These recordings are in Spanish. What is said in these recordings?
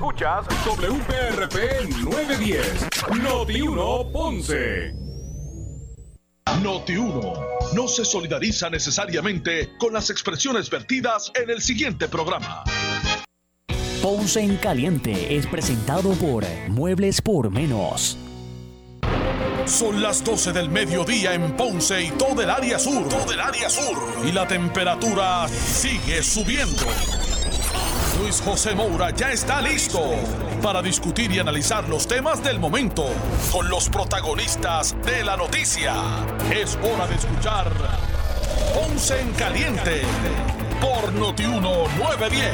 Escuchas WPRP 910, Noti1 Ponce. Noti1 no se solidariza necesariamente con las expresiones vertidas en el siguiente programa. Ponce en Caliente es presentado por Muebles por Menos. Son las 12 del mediodía en Ponce y todo el área sur. Y la temperatura sigue subiendo. Luis José Moura ya está listo para discutir y analizar los temas del momento con los protagonistas de la noticia. Es hora de escuchar Ponce en Caliente por Noti1 910.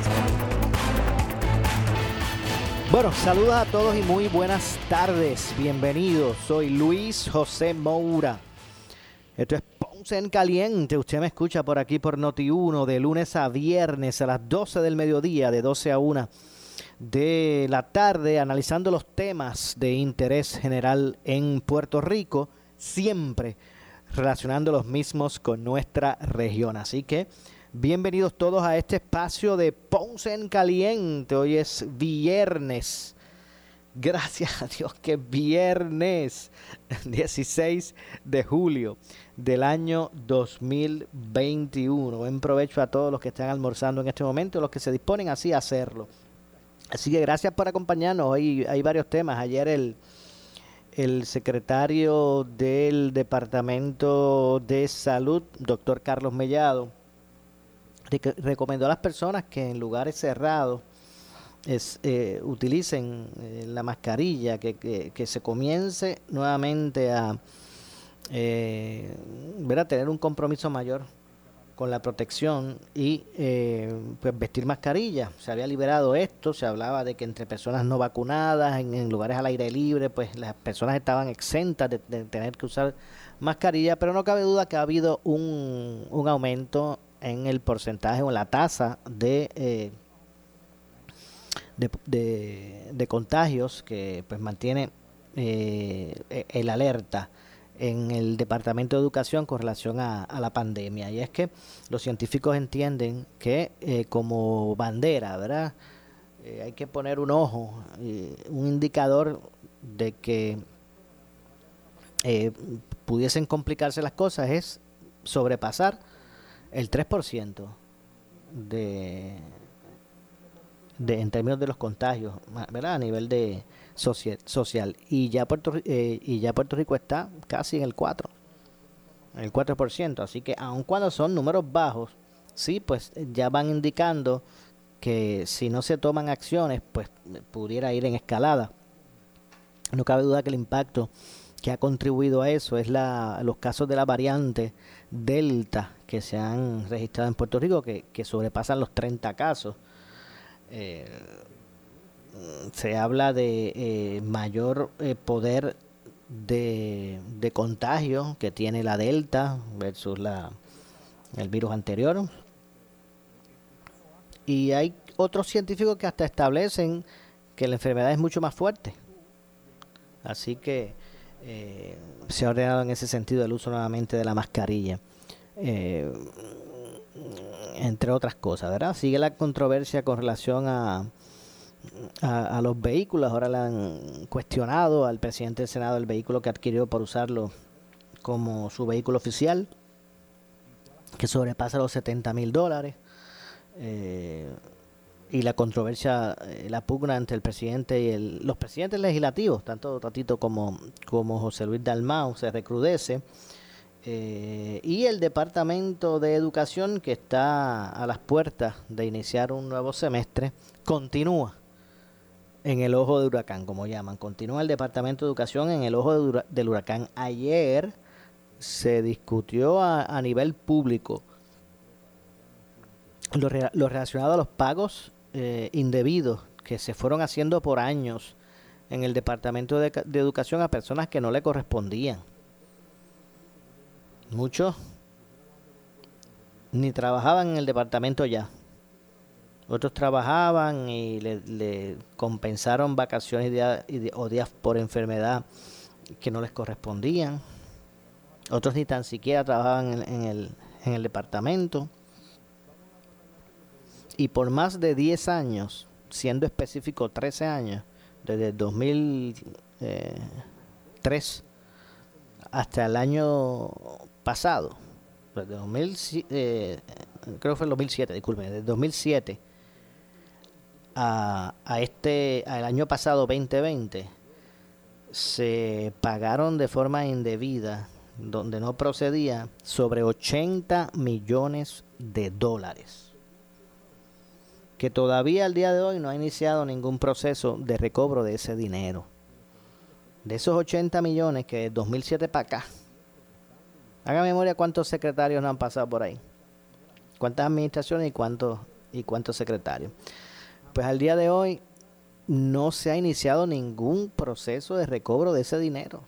Bueno, saludos a todos y muy buenas tardes. Bienvenidos. Soy Luis José Moura. Esto es Ponce en Caliente. Usted me escucha por aquí por Noti1 de lunes a viernes a las 12 del mediodía, de 12 a 1 de la tarde, analizando los temas de interés general en Puerto Rico, siempre relacionando los mismos con nuestra región. Así que bienvenidos todos a este espacio de Ponce en Caliente. Hoy es viernes. Gracias a Dios que es viernes 16 de julio del año 2021. Buen provecho a todos los que están almorzando en este momento, los que se disponen así a hacerlo. Así que gracias por acompañarnos. Hoy hay varios temas. Ayer el secretario del Departamento de Salud, doctor Carlos Mellado, recomendó a las personas que en lugares cerrados utilicen la mascarilla, que se comience nuevamente a tener un compromiso mayor con la protección y pues vestir mascarilla. Se había liberado esto, se hablaba de que entre personas no vacunadas, en lugares al aire libre, pues las personas estaban exentas de tener que usar mascarilla, pero no cabe duda que ha habido un aumento en el porcentaje o en la tasa de contagios que pues mantiene el alerta en el Departamento de Educación con relación a la pandemia. Y es que los científicos entienden que como bandera, ¿verdad? Hay que poner un ojo, un indicador de que pudiesen complicarse las cosas es sobrepasar el 3% en términos de los contagios, ¿verdad? A nivel de social. Y ya Puerto Rico está casi en el 4%. Así que aun cuando son números bajos, sí, pues ya van indicando que si no se toman acciones, pues pudiera ir en escalada. No cabe duda que el impacto que ha contribuido a eso es los casos de la variante Delta que se han registrado en Puerto Rico, que sobrepasan los 30 casos. Se habla de mayor poder de contagio que tiene la Delta versus el virus anterior. Y hay otros científicos que hasta establecen que la enfermedad es mucho más fuerte. Así que se ha ordenado en ese sentido el uso nuevamente de la mascarilla. Entre otras cosas, ¿verdad? Sigue la controversia con relación a los vehículos. Ahora le han cuestionado al presidente del Senado el vehículo que adquirió por usarlo como su vehículo oficial, que sobrepasa los $70,000. Y la controversia, la pugna entre el presidente y los presidentes legislativos, tanto Tatito como José Luis Dalmau, se recrudece. Y el Departamento de Educación, que está a las puertas de iniciar un nuevo semestre, continúa en el ojo del huracán, como llaman. Continúa el Departamento de Educación en el ojo del huracán. Ayer se discutió a nivel público lo relacionado a los pagos indebidos que se fueron haciendo por años en el Departamento de Educación a personas que no le correspondían. Muchos ni trabajaban en el departamento ya. Otros trabajaban y le compensaron vacaciones o días por enfermedad que no les correspondían. Otros ni tan siquiera trabajaban en el departamento. Y por más de 10 años siendo específico 13 años, desde el 2003 hasta el año pasado, desde 2000, creo que fue el 2007, disculpen, desde 2007 al año pasado 2020, se pagaron de forma indebida, donde no procedía, sobre 80 millones de dólares, que todavía al día de hoy no ha iniciado ningún proceso de recobro de ese dinero. De esos 80 millones que de 2007 para acá, haga memoria cuántos secretarios no han pasado por ahí, cuántas administraciones y cuántos secretarios. Pues al día de hoy no se ha iniciado ningún proceso de recobro de ese dinero.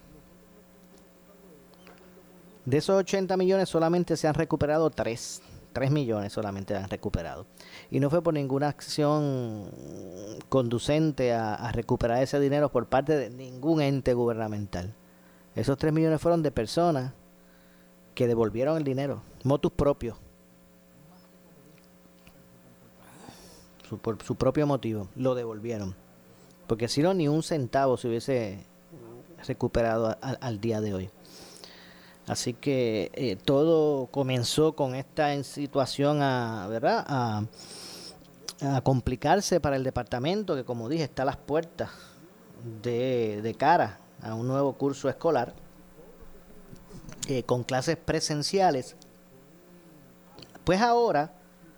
De esos 80 millones solamente se han recuperado 3 millones solamente han recuperado. Y no fue por ninguna acción conducente a recuperar ese dinero por parte de ningún ente gubernamental. Esos 3 millones fueron de personas que devolvieron el dinero, motus propio, por su propio motivo, lo devolvieron. Porque si no, ni un centavo se hubiese recuperado al día de hoy. Así que todo comenzó con esta situación a complicarse para el departamento, que como dije está a las puertas de cara a un nuevo curso escolar con clases presenciales. Pues ahora,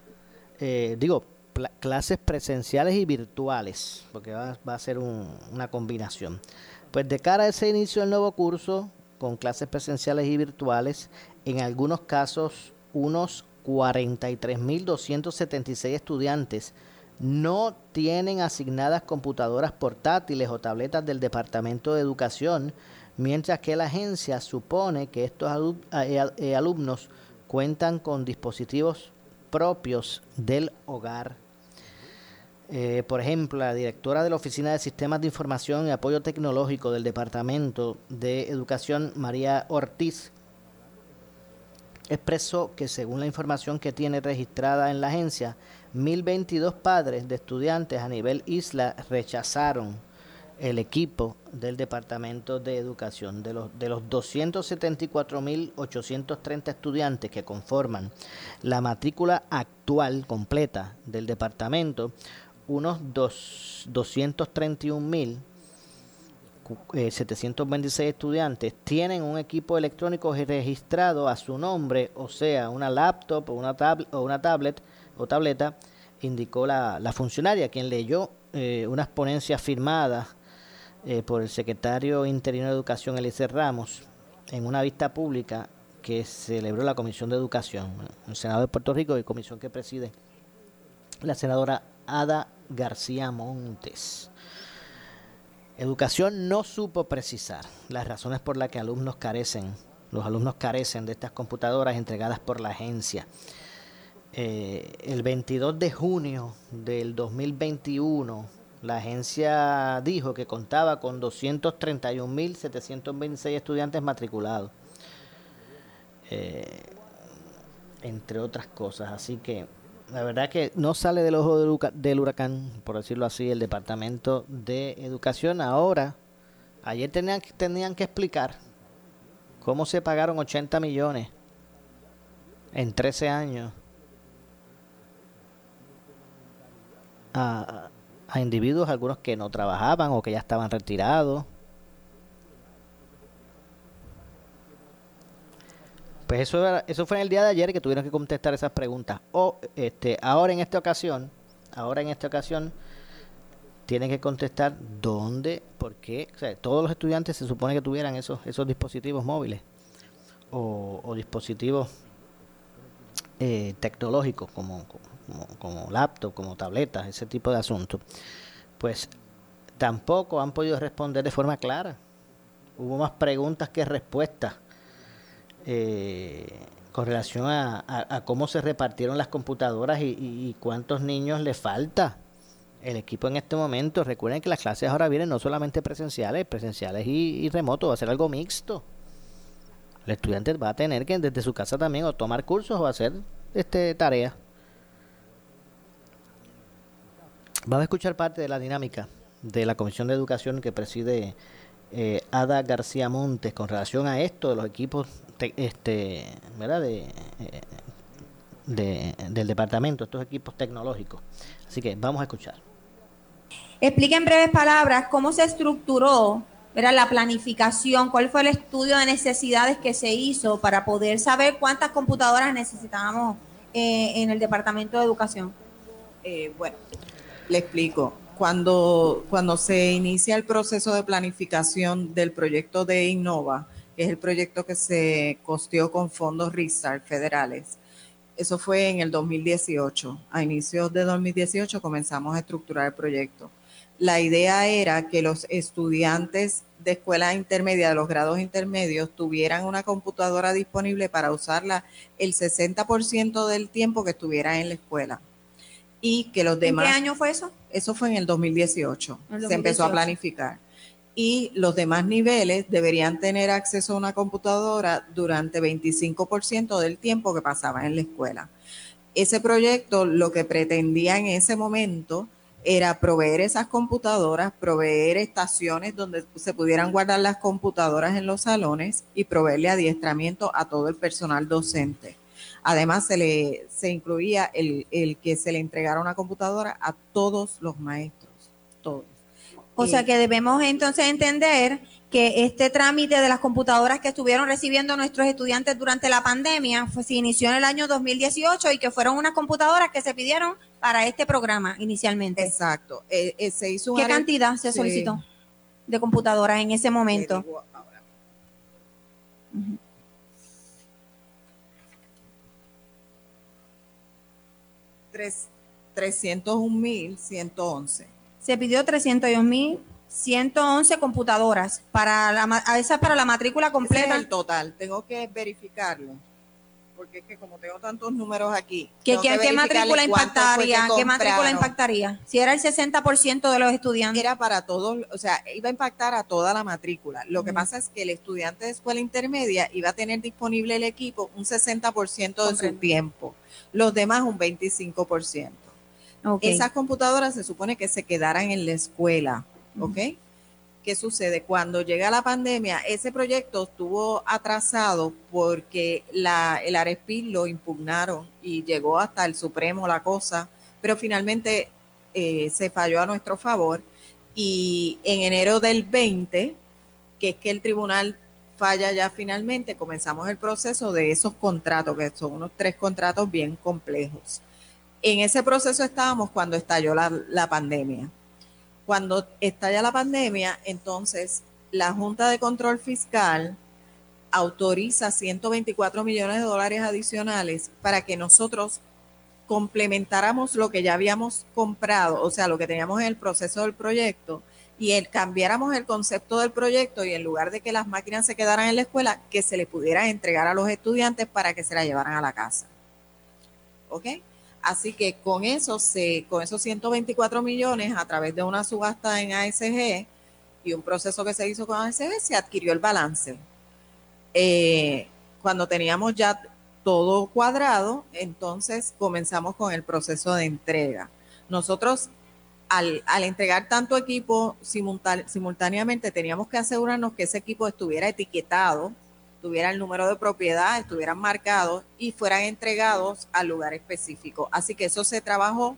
clases presenciales y virtuales, porque va a ser una combinación. Pues de cara a ese inicio del nuevo curso, con clases presenciales y virtuales, en algunos casos unos 43.276 estudiantes no tienen asignadas computadoras portátiles o tabletas del Departamento de Educación, mientras que la agencia supone que estos alumnos cuentan con dispositivos propios del hogar. Por ejemplo, la directora de la Oficina de Sistemas de Información y Apoyo Tecnológico del Departamento de Educación, María Ortiz, expresó que según la información que tiene registrada en la agencia, 1.022 padres de estudiantes a nivel isla rechazaron el equipo del Departamento de Educación. De los 274.830 estudiantes que conforman la matrícula actual completa del departamento, unos 231.726 estudiantes tienen un equipo electrónico registrado a su nombre, o sea, una laptop o una tablet o tableta, indicó la funcionaria, quien leyó unas ponencias firmadas por el secretario interino de Educación, Eliezer Ramos, en una vista pública que celebró la Comisión de Educación, el Senado de Puerto Rico, y comisión que preside la senadora Ada García Montes. Educación no supo precisar las razones por las que los alumnos carecen de estas computadoras entregadas por la agencia. El 22 de junio del 2021, la agencia dijo que contaba con 231.726 estudiantes matriculados, entre otras cosas. Así que la verdad que no sale del ojo del huracán, por decirlo así, el Departamento de Educación. Ayer tenían que explicar cómo se pagaron 80 millones en 13 años a individuos, algunos que no trabajaban o que ya estaban retirados. Pues eso fue en el día de ayer, que tuvieron que contestar esas preguntas. Ahora en esta ocasión tienen que contestar dónde, por qué. O sea, todos los estudiantes se supone que tuvieran esos dispositivos móviles o dispositivos tecnológicos como laptop, como tabletas, ese tipo de asuntos. Pues tampoco han podido responder de forma clara. Hubo más preguntas que respuestas con relación a cómo se repartieron las computadoras y cuántos niños le falta el equipo en este momento. Recuerden que las clases ahora vienen no solamente presenciales y remotos, va a ser algo mixto. El estudiante va a tener que desde su casa también o tomar cursos o hacer tareas. Vamos a escuchar parte de la dinámica de la Comisión de Educación que preside Ada García Montes con relación a esto de los equipos ¿verdad? Del departamento, estos equipos tecnológicos. Así que vamos a escuchar. Explica en breves palabras cómo se estructuró, ¿verdad?, la planificación, cuál fue el estudio de necesidades que se hizo para poder saber cuántas computadoras necesitábamos en el Departamento de Educación. Bueno, le explico. Cuando se inicia el proceso de planificación del proyecto de Innova, que es el proyecto que se costeó con fondos Restart federales, eso fue en el 2018. A inicios de 2018 comenzamos a estructurar el proyecto. La idea era que los estudiantes de escuela intermedia, de los grados intermedios, tuvieran una computadora disponible para usarla el 60% del tiempo que estuvieran en la escuela. Y que los demás... ¿En qué año fue eso? Eso fue en el 2018. Se empezó a planificar. Y los demás niveles deberían tener acceso a una computadora durante 25% del tiempo que pasaban en la escuela. Ese proyecto lo que pretendía en ese momento era proveer esas computadoras, proveer estaciones donde se pudieran guardar las computadoras en los salones y proveerle adiestramiento a todo el personal docente. Además, se incluía el que se le entregara una computadora a todos los maestros, todos. O sea que debemos entonces entender que este trámite de las computadoras que estuvieron recibiendo nuestros estudiantes durante la pandemia se inició en el año 2018 y que fueron unas computadoras que se pidieron para este programa inicialmente. Exacto. Se hizo ¿Qué cantidad se solicitó de computadoras en ese momento? Uh-huh. 301,111. Se pidió 301,111 computadoras para la matrícula completa. Ese es el total. Tengo que verificarlo, porque es que como tengo tantos números aquí. ¿Qué matrícula impactaría? ¿Qué matrícula impactaría? Si era el 60% de los estudiantes. Era para todos, o sea, iba a impactar a toda la matrícula. Lo que pasa es que el estudiante de escuela intermedia iba a tener disponible el equipo un 60% de su tiempo. Los demás un 25%. Okay. Esas computadoras se supone que se quedaran en la escuela, ¿ok? ¿Qué sucede? Cuando llega la pandemia, ese proyecto estuvo atrasado porque el ARESPI lo impugnaron y llegó hasta el Supremo la cosa, pero finalmente se falló a nuestro favor y en enero del 20, que es que el tribunal falla ya finalmente, comenzamos el proceso de esos contratos, que son unos 3 contratos bien complejos. En ese proceso estábamos cuando estalló la pandemia. Cuando estalla la pandemia, entonces la Junta de Control Fiscal autoriza $124 millones adicionales para que nosotros complementáramos lo que ya habíamos comprado, o sea, lo que teníamos en el proceso del proyecto, y cambiáramos el concepto del proyecto y en lugar de que las máquinas se quedaran en la escuela, que se le pudieran entregar a los estudiantes para que se las llevaran a la casa. ¿Ok? Así que con esos 124 millones a través de una subasta en ASG y un proceso que se hizo con ASG, se adquirió el balance. Cuando teníamos ya todo cuadrado, entonces comenzamos con el proceso de entrega. Nosotros, al entregar tanto equipo simultáneamente, teníamos que asegurarnos que ese equipo estuviera etiquetado, tuviera el número de propiedad, estuvieran marcados y fueran entregados al lugar específico. Así que eso se trabajó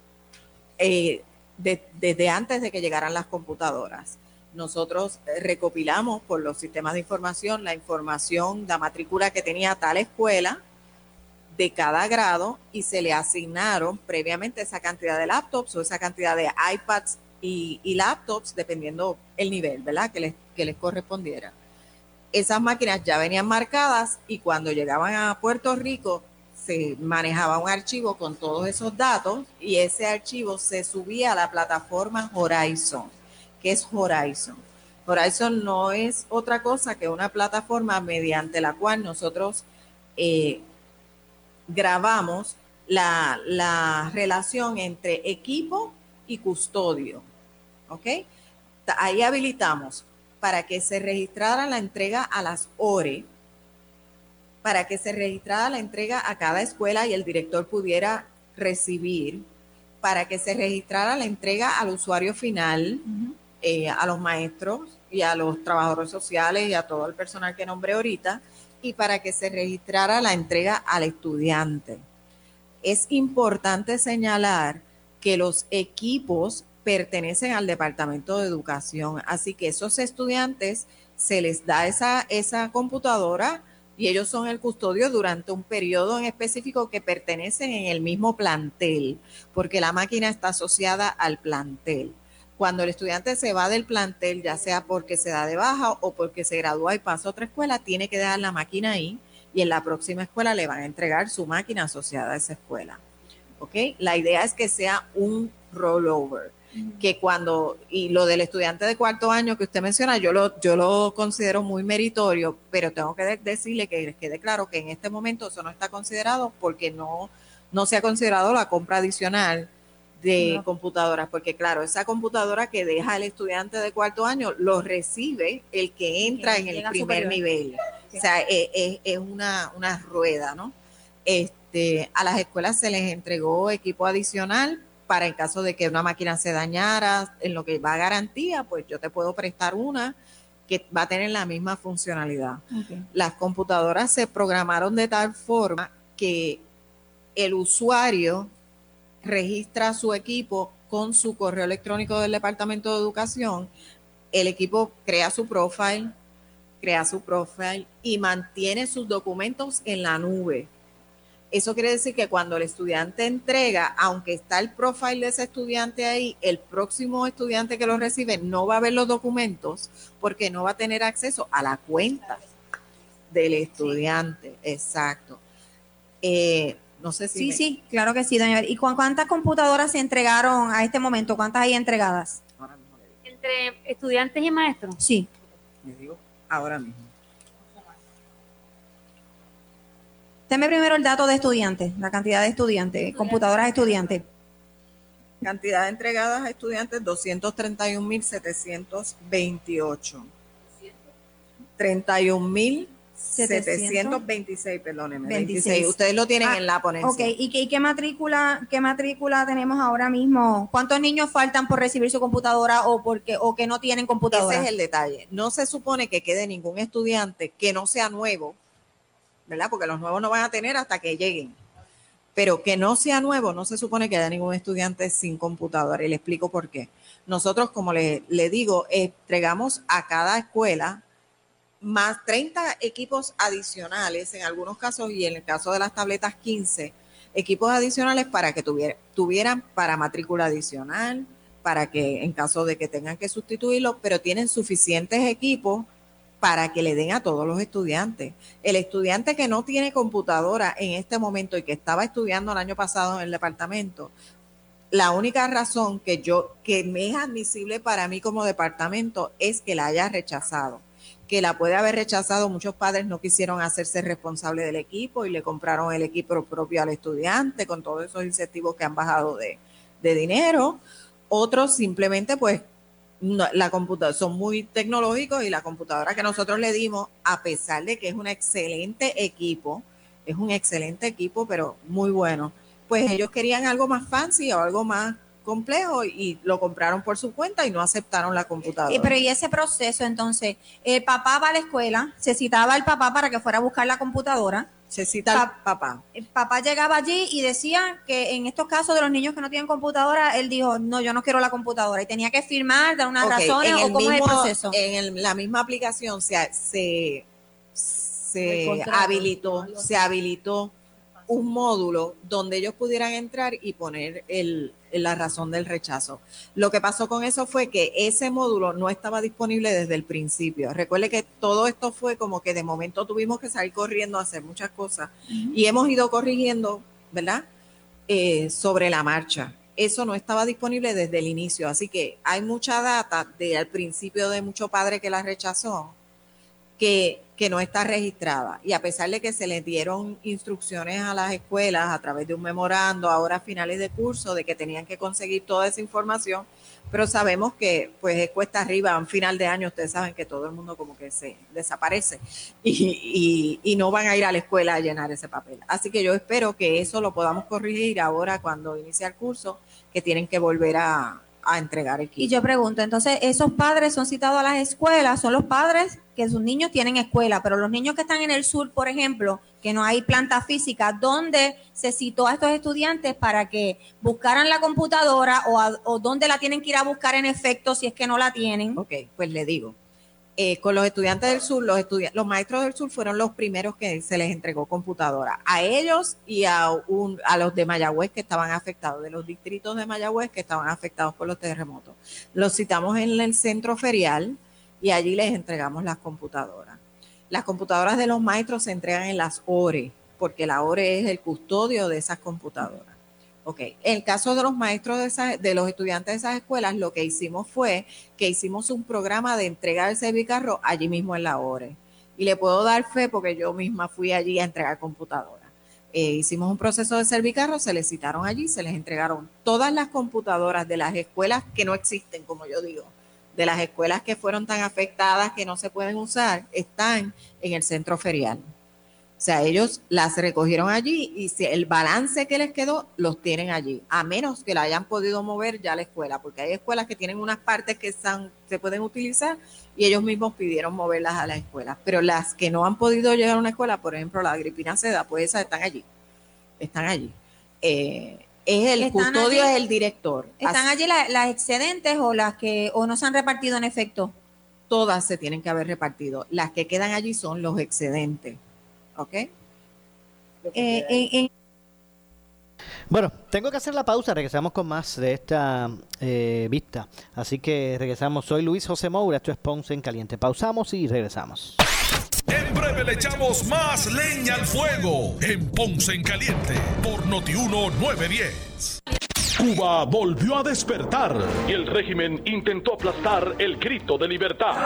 desde antes de que llegaran las computadoras. Nosotros recopilamos por los sistemas de información la información, la matrícula que tenía tal escuela de cada grado y se le asignaron previamente esa cantidad de laptops o esa cantidad de iPads y laptops, dependiendo el nivel, ¿verdad?, que les correspondiera. Esas máquinas ya venían marcadas y cuando llegaban a Puerto Rico se manejaba un archivo con todos esos datos y ese archivo se subía a la plataforma Horizon. ¿Qué es Horizon? Horizon no es otra cosa que una plataforma mediante la cual nosotros grabamos la relación entre equipo y custodio. ¿Ok? Ahí habilitamos para que se registrara la entrega a las ORE, para que se registrara la entrega a cada escuela y el director pudiera recibir para que se registrara la entrega al usuario final, a los maestros y a los trabajadores sociales y a todo el personal que nombré ahorita, y para que se registrara la entrega al estudiante. Es importante señalar que los equipos pertenecen al Departamento de Educación, así que esos estudiantes se les da esa computadora y ellos son el custodio durante un periodo en específico que pertenecen en el mismo plantel, porque la máquina está asociada al plantel. Cuando el estudiante se va del plantel, ya sea porque se da de baja o porque se gradúa y pasa a otra escuela, tiene que dejar la máquina ahí y en la próxima escuela le van a entregar su máquina asociada a esa escuela. ¿Ok? La idea es que sea un rollover. Que cuando, y lo del estudiante de cuarto año que usted menciona, yo lo considero muy meritorio, pero tengo que decirle que les quede claro que en este momento eso no está considerado porque no se ha considerado la compra adicional de computadoras, porque claro, esa computadora que deja el estudiante de cuarto año lo recibe el que entra en el primer nivel. Sí. O sea, es una rueda, ¿no? A las escuelas se les entregó equipo adicional para en caso de que una máquina se dañara, en lo que va a garantía, pues yo te puedo prestar una que va a tener la misma funcionalidad. Okay. Las computadoras se programaron de tal forma que el usuario registra su equipo con su correo electrónico del Departamento de Educación, el equipo crea su profile y mantiene sus documentos en la nube. Eso quiere decir que cuando el estudiante entrega, aunque está el profile de ese estudiante ahí, el próximo estudiante que lo recibe no va a ver los documentos porque no va a tener acceso a la cuenta del estudiante. Sí. Exacto. No sé si... Sí, claro que sí, doña Ver. ¿Y cuántas computadoras se entregaron a este momento? ¿Cuántas hay entregadas? Ahora mismo le digo. ¿Entre estudiantes y maestros? Sí. Le digo ahora mismo. Deme primero el dato de estudiantes, la cantidad de estudiantes, computadoras de estudiantes. Cantidad entregadas a estudiantes, 231.728. 31.726, perdónenme. 26. Ustedes lo tienen en la ponencia. Ok, ¿y qué matrícula tenemos ahora mismo? ¿Cuántos niños faltan por recibir su computadora o que no tienen computadora? Ese es el detalle. No se supone que quede ningún estudiante que no sea nuevo, ¿verdad? Porque los nuevos no van a tener hasta que lleguen. Pero que no sea nuevo, no se supone que haya ningún estudiante sin computadora. Y le explico por qué. Nosotros, como le digo, entregamos a cada escuela más 30 equipos adicionales, en algunos casos, y en el caso de las tabletas 15, equipos adicionales para que tuvieran para matrícula adicional, para que en caso de que tengan que sustituirlo, pero tienen suficientes equipos para que le den a todos los estudiantes. El estudiante que no tiene computadora en este momento y que estaba estudiando el año pasado en el departamento, la única razón que me es admisible para mí como departamento es que la haya rechazado. Que la puede haber rechazado, muchos padres no quisieron hacerse responsables del equipo y le compraron el equipo propio al estudiante con todos esos incentivos que han bajado de dinero. Otros simplemente pues la computadora son muy tecnológicos y la computadora que nosotros le dimos, a pesar de que es un excelente equipo, pero muy bueno, pues ellos querían algo más fancy o algo más complejo y lo compraron por su cuenta y no aceptaron la computadora. Pero y ese proceso, entonces, el papá va a la escuela, se citaba al papá para que fuera a buscar la computadora. Se cita al papá. El papá llegaba allí y decía que en estos casos de los niños que no tienen computadora, él dijo, no, yo no quiero la computadora. Y tenía que firmar, dar unas razones, o cómo es el proceso. La misma aplicación se habilitó un módulo donde ellos pudieran entrar y poner la razón del rechazo. Lo que pasó con eso fue que ese módulo no estaba disponible desde el principio. Recuerde que todo esto fue como que de momento tuvimos que salir corriendo a hacer muchas cosas y hemos ido corrigiendo, ¿verdad? Sobre la marcha. Eso no estaba disponible desde el inicio, así que hay mucha data al principio de mucho padre que la rechazó que no está registrada, y a pesar de que se les dieron instrucciones a las escuelas a través de un memorando ahora a finales de curso de que tenían que conseguir toda esa información, pero sabemos que pues es cuesta arriba, a un final de año ustedes saben que todo el mundo como que se desaparece y no van a ir a la escuela a llenar ese papel, así que yo espero que eso lo podamos corregir ahora cuando inicie el curso, que tienen que volver a entregar equipo. Y yo pregunto, entonces, esos padres son citados a las escuelas, son los padres que sus niños tienen escuela, pero los niños que están en el sur, por ejemplo, que no hay planta física, ¿dónde se citó a estos estudiantes para que buscaran la computadora o dónde la tienen que ir a buscar en efecto si es que no la tienen? Ok, pues le digo. Con los estudiantes del sur, los maestros del sur fueron los primeros que se les entregó computadora. A ellos y a los de Mayagüez que estaban afectados, de los distritos de Mayagüez que estaban afectados por los terremotos. Los citamos en el centro ferial y allí les entregamos las computadoras. Las computadoras de los maestros se entregan en las ORE, porque la ORE es el custodio de esas computadoras. Ok, en el caso de los maestros de los estudiantes de esas escuelas, lo que hicimos fue que hicimos un programa de entrega del Servicarro allí mismo en la ORE. Y le puedo dar fe porque yo misma fui allí a entregar computadoras. Hicimos un proceso de Servicarro, se les citaron allí, se les entregaron todas las computadoras de las escuelas que no existen, como yo digo, de las escuelas que fueron tan afectadas que no se pueden usar, están en el centro ferial. O sea, ellos las recogieron allí y si el balance que les quedó los tienen allí, a menos que la hayan podido mover ya a la escuela, porque hay escuelas que tienen unas partes que se pueden utilizar y ellos mismos pidieron moverlas a la escuela. Pero las que no han podido llegar a una escuela, por ejemplo, la Agripina Seda, pues esas están allí. Están allí. El custodio es el director. ¿Están allí las excedentes o las que no se han repartido en efecto? Todas se tienen que haber repartido. Las que quedan allí son los excedentes. ¿Ok? Bueno, tengo que hacer la pausa, regresamos con más de esta vista, así que regresamos. Soy Luis José Moura, esto es Ponce en Caliente. Pausamos y regresamos. En breve le echamos más leña al fuego en Ponce en Caliente por Noti1 910. Cuba volvió a despertar y el régimen intentó aplastar el grito de libertad.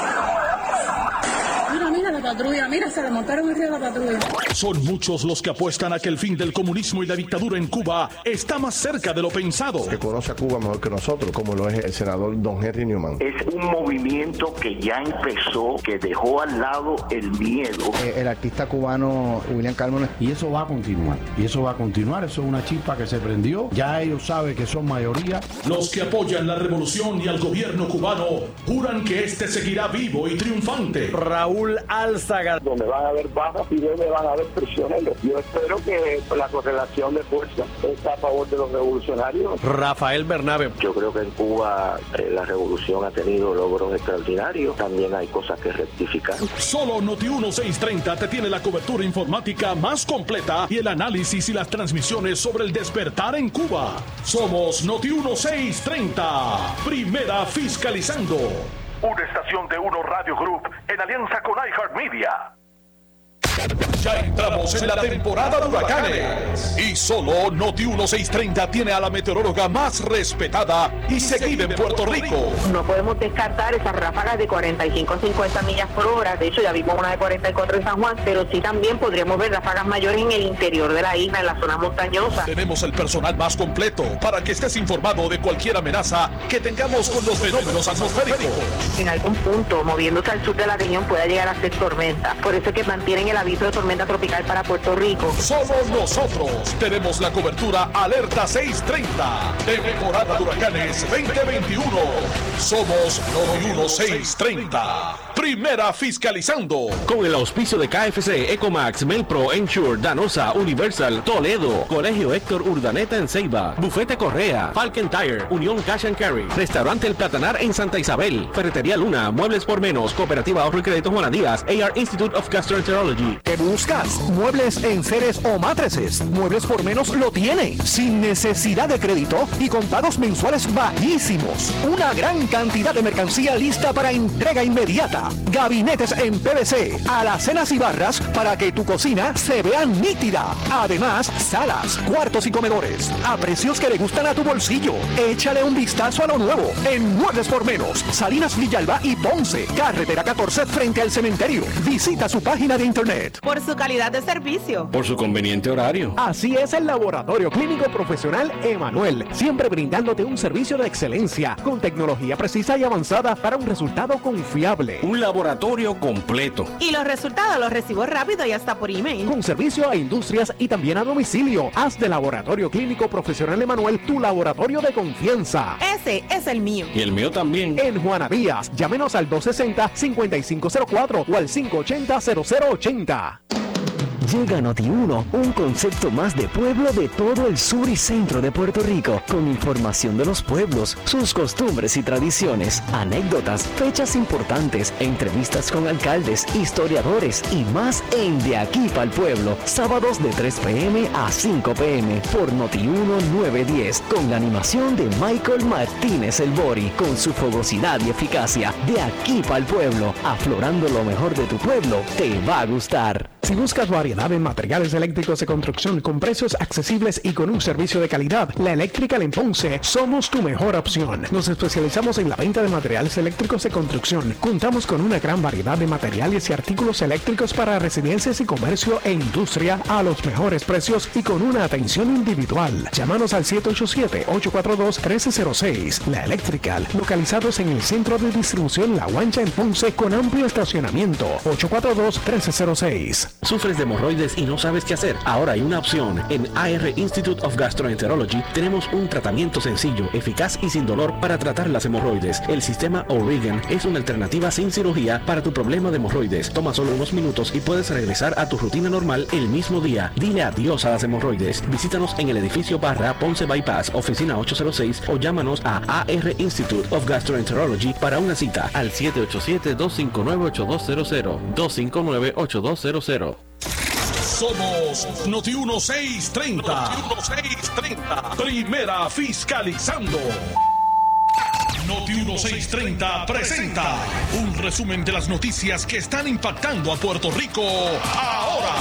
Mira la patrulla, mira, se le montaron arriba la patrulla. Son muchos los que apuestan a que el fin del comunismo y la dictadura en Cuba está más cerca de lo pensado. Que conoce a Cuba mejor que nosotros, como lo es el senador Don Henry Newman. Es un movimiento que ya empezó, que dejó al lado el miedo. El artista cubano William Carmona. Y eso va a continuar, eso es una chispa que se prendió, ya ellos saben que son mayoría. Los que apoyan la revolución y al gobierno cubano juran que este seguirá vivo y triunfante. Raúl Álzaga. Donde van a haber bajas y donde van a haber prisioneros. Yo espero que la correlación de fuerza está a favor de los revolucionarios. Rafael Bernabe. Yo creo que en Cuba la revolución ha tenido logros extraordinarios. También hay cosas que rectificar. Solo Noti1 630 te tiene la cobertura informática más completa y el análisis y las transmisiones sobre el despertar en Cuba. Somos Noti1 630, primera fiscalizando. Una estación de Uno Radio Group en alianza con iHeartMedia. Ya entramos en la temporada de huracanes y solo Noti1 630 tiene a la meteoróloga más respetada y seguida en Puerto Rico. No podemos descartar esas ráfagas de 45 a 50 millas por hora. De hecho, ya vimos una de 44 en San Juan, pero sí también podríamos ver ráfagas mayores en el interior de la isla, en la zona montañosa. Tenemos el personal más completo para que estés informado de cualquier amenaza que tengamos con los fenómenos atmosféricos. En algún punto, moviéndose al sur de la región, puede llegar a ser tormenta. Por eso es que mantienen el aviso de tormenta tropical para Puerto Rico. Somos nosotros. Tenemos la cobertura Alerta 630. Temporada de huracanes 2021. Somos Noti1 630. Primera fiscalizando. Con el auspicio de KFC, Ecomax, Melpro, Ensure, Danosa, Universal, Toledo, Colegio Héctor Urdaneta en Ceiba, Bufete Correa, Falcon Tire, Unión Cash and Carry, Restaurante El Platanar en Santa Isabel, Ferretería Luna, Muebles por Menos, Cooperativa Ahorro y Crédito Juana Díaz, AR Institute of Gastroenterology. ¿Qué buscas? ¿Muebles en seres o matrices? Muebles por Menos lo tiene, sin necesidad de crédito y con pagos mensuales bajísimos. Una gran cantidad de mercancía lista para entrega inmediata. Gabinetes en PVC, alacenas y barras para que tu cocina se vea nítida. Además, salas, cuartos y comedores a precios que le gustan a tu bolsillo. Échale un vistazo a lo nuevo en Muebles por Menos, Salinas, Villalba y Ponce, carretera 14 frente al cementerio. Visita su página de internet. Por su calidad de servicio. Por su conveniente horario. Así es el Laboratorio Clínico Profesional Emanuel, siempre brindándote un servicio de excelencia con tecnología precisa y avanzada para un resultado confiable. Un laboratorio completo. Y los resultados los recibo rápido y hasta por email. Con servicio a industrias y también a domicilio. Haz de Laboratorio Clínico Profesional Emanuel tu laboratorio de confianza. Ese es el mío. Y el mío también. En Juana Díaz, llámenos al 260-5504 o al 580-0080. Llega Noti1, un concepto más de pueblo de todo el sur y centro de Puerto Rico, con información de los pueblos, sus costumbres y tradiciones, anécdotas, fechas importantes, entrevistas con alcaldes, historiadores y más en De Aquí Pa'l Pueblo, sábados de 3 p.m. a 5 p.m. por Noti1 910, con la animación de Michael Martínez El Bori, con su fogosidad y eficacia. De Aquí Pa'l Pueblo, aflorando lo mejor de tu pueblo, te va a gustar. Si buscas variedad en materiales eléctricos de construcción con precios accesibles y con un servicio de calidad, La Electrical en Ponce somos tu mejor opción. Nos especializamos en la venta de materiales eléctricos de construcción. Contamos con una gran variedad de materiales y artículos eléctricos para residencias y comercio e industria a los mejores precios y con una atención individual. Llámanos al 787-842-1306. La Electrical, localizados en el centro de distribución La Guancha en Ponce con amplio estacionamiento. 842-1306. ¿Sufres de hemorroides y no sabes qué hacer? Ahora hay una opción. En AR Institute of Gastroenterology tenemos un tratamiento sencillo, eficaz y sin dolor para tratar las hemorroides. El sistema O'Regan es una alternativa sin cirugía para tu problema de hemorroides. Toma solo unos minutos y puedes regresar a tu rutina normal el mismo día. Dile adiós a las hemorroides. Visítanos en el edificio Barra Ponce Bypass, oficina 806 o llámanos a AR Institute of Gastroenterology para una cita al 787-259-8200. 259-8200. Somos Noti1 630. Primera fiscalizando. Noti1 630 presenta un resumen de las noticias que están impactando a Puerto Rico ahora.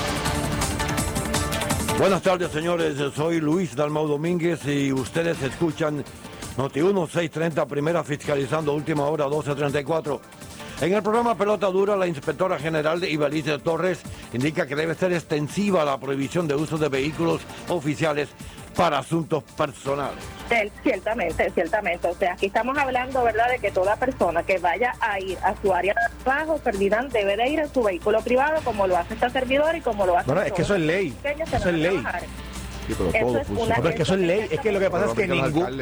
Buenas tardes, señores. Soy Luis Dalmau Domínguez y ustedes escuchan Noti1 630, primera fiscalizando, última hora 12:34. En el programa Pelota Dura, la inspectora general Ibelice Torres indica que debe ser extensiva la prohibición de uso de vehículos oficiales para asuntos personales. Ciertamente. O sea, aquí estamos hablando, ¿verdad?, de que toda persona que vaya a ir a su área de trabajo, Ferdinand, debe de ir en su vehículo privado, como lo hace esta servidora y como lo hace... Bueno, es que eso es ley. Eso es ley. Sí, pero todo es que eso es ley. Es que lo que pasa es que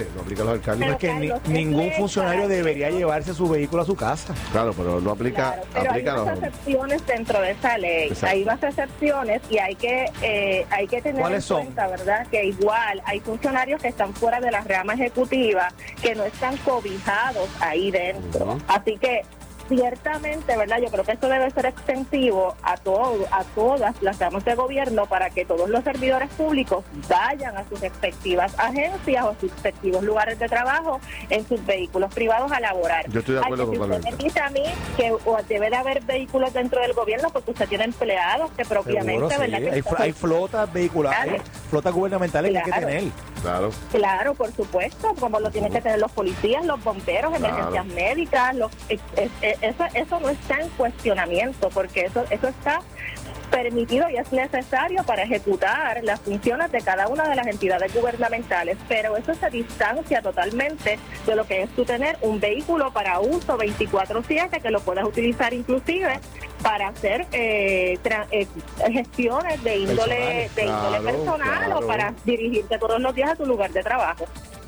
ningún funcionario debería llevarse su vehículo a su casa. Claro, pero no aplica. Claro, pero hay unas excepciones dentro de esa ley. Exacto. Hay unas excepciones y hay que tener en cuenta, ¿verdad?, que igual hay funcionarios que están fuera de la rama ejecutiva que no están cobijados ahí dentro. Así que ciertamente, ¿verdad? Yo creo que esto debe ser extensivo a todas las ramas de gobierno para que todos los servidores públicos vayan a sus respectivas agencias o sus respectivos lugares de trabajo en sus vehículos privados a laborar. Yo estoy de acuerdo con usted me dice a mí que debe de haber vehículos dentro del gobierno porque usted tiene empleados que propiamente, seguro, ¿verdad? Sí. Hay flotas vehiculares, flotas gubernamentales que hay que tener. Claro, por supuesto, como lo tienen que tener los policías, los bomberos, emergencias médicas, eso no está en cuestionamiento, porque eso está permitido y es necesario para ejecutar las funciones de cada una de las entidades gubernamentales, pero eso se distancia totalmente de lo que es tú tener un vehículo para uso 24/7 que lo puedas utilizar inclusive para hacer gestiones de índole personal o para dirigirte todos los días a tu lugar de trabajo.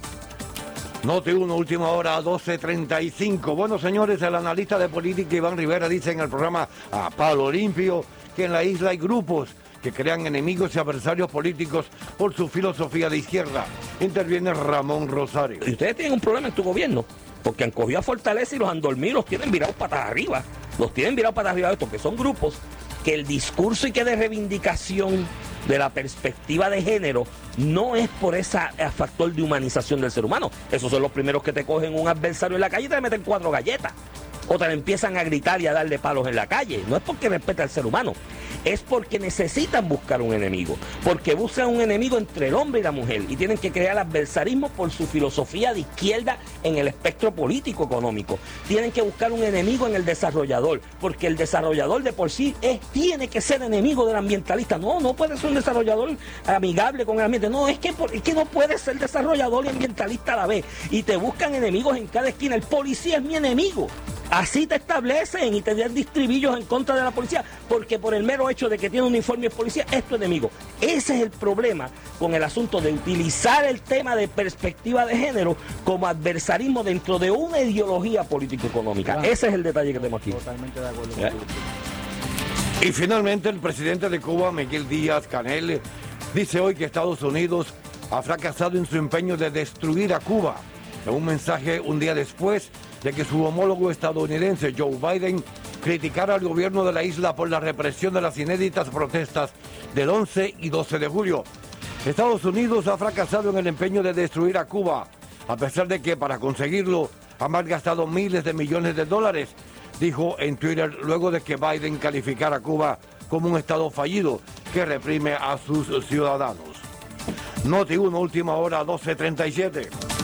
Noti1, última hora, 12:35. Bueno, señores, el analista de política Iván Rivera dice en el programa A Palo Limpio que en la isla hay grupos que crean enemigos y adversarios políticos por su filosofía de izquierda. Interviene Ramón Rosario. Y ustedes tienen un problema en tu gobierno, porque han cogido a Fortaleza y los han dormido, los tienen virados patas arriba. Los tienen virados patas arriba de esto, que son grupos que el discurso y que de reivindicación de la perspectiva de género no es por ese factor de humanización del ser humano. Esos son los primeros que te cogen un adversario en la calle y te meten 4 galletas. O te empiezan a gritar y a darle palos en la calle. No es porque respeta al ser humano, es porque necesitan buscar un enemigo. Porque buscan un enemigo entre el hombre y la mujer y tienen que crear adversarismo por su filosofía de izquierda en el espectro político económico. Tienen que buscar un enemigo en el desarrollador, porque el desarrollador de por sí tiene que ser enemigo del ambientalista. No puede ser un desarrollador amigable con el ambiente. No, es que no puede ser desarrollador y ambientalista a la vez. Y te buscan enemigos en cada esquina. El policía es mi enemigo. Así te establecen y te dan distribillos en contra de la policía, porque por el mero hecho de que tiene un uniforme de policía es tu enemigo. Ese es el problema con el asunto de utilizar el tema de perspectiva de género como adversarismo dentro de una ideología político-económica. Ese es el detalle que tenemos aquí. Totalmente de acuerdo. Y finalmente el presidente de Cuba, Miguel Díaz-Canel, dice hoy que Estados Unidos ha fracasado en su empeño de destruir a Cuba. En un mensaje un día después de que su homólogo estadounidense Joe Biden criticara al gobierno de la isla por la represión de las inéditas protestas del 11 y 12 de julio. Estados Unidos ha fracasado en el empeño de destruir a Cuba, a pesar de que para conseguirlo ha malgastado miles de millones de dólares, dijo en Twitter luego de que Biden calificara a Cuba como un estado fallido que reprime a sus ciudadanos. Noti1, última hora, 12:37.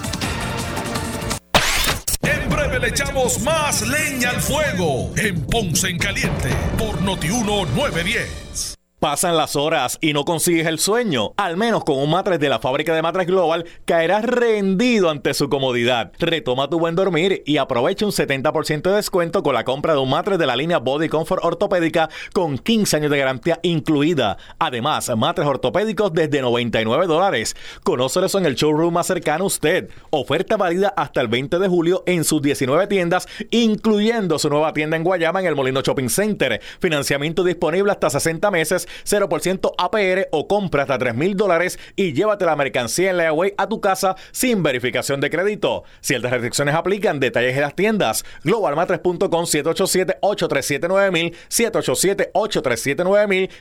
En breve le echamos más leña al fuego en Ponce en Caliente por Noti1 910. Pasan las horas y no consigues el sueño. Al menos con un matres de la fábrica de Matres Global caerás rendido ante su comodidad. Retoma tu buen dormir y aprovecha un 70% de descuento con la compra de un matres de la línea Body Comfort ortopédica con 15 años de garantía incluida. Además, matres ortopédicos desde $99. Conócelos en el showroom más cercano a usted. Oferta válida hasta el 20 de julio en sus 19 tiendas, incluyendo su nueva tienda en Guayama en el Molino Shopping Center. Financiamiento disponible hasta 60 meses, 0% APR o compra hasta $3,000 y llévate la mercancía en layaway a tu casa sin verificación de crédito. Ciertas restricciones aplican. Detalles en las tiendas. Globalmatres.com, 787-837-9000, 787-837-9000,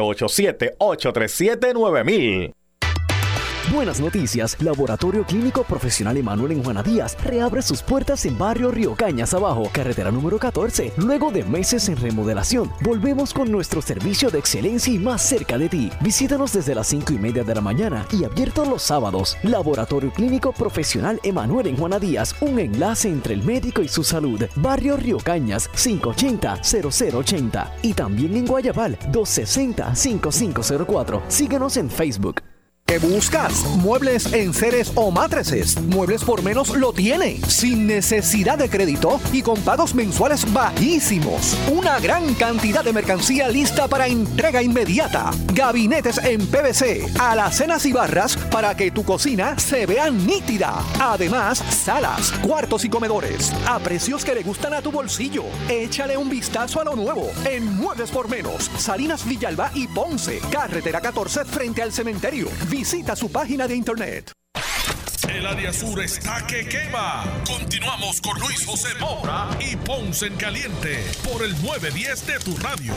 787-837-9000. Buenas noticias. Laboratorio Clínico Profesional Emanuel en Juana Díaz reabre sus puertas en Barrio Río Cañas Abajo, carretera número 14. Luego de meses en remodelación, volvemos con nuestro servicio de excelencia y más cerca de ti. Visítanos desde las 5:30 de la mañana y abierto los sábados. Laboratorio Clínico Profesional Emanuel en Juana Díaz, un enlace entre el médico y su salud. Barrio Río Cañas, 580-0080. Y también en Guayabal, 260-5504. Síguenos en Facebook. ¿Qué buscas? ¿Muebles, enseres o matrices? Muebles por Menos lo tiene, sin necesidad de crédito y con pagos mensuales bajísimos. Una gran cantidad de mercancía lista para entrega inmediata. Gabinetes en PVC, alacenas y barras para que tu cocina se vea nítida. Además, salas, cuartos y comedores a precios que le gustan a tu bolsillo. Échale un vistazo a lo nuevo en Muebles por Menos, Salinas, Villalba y Ponce, carretera 14 frente al cementerio. Visita su página de internet. El área sur está que quema. Continuamos con Luis José Moura y Ponce en Caliente por el 910 de tu radio.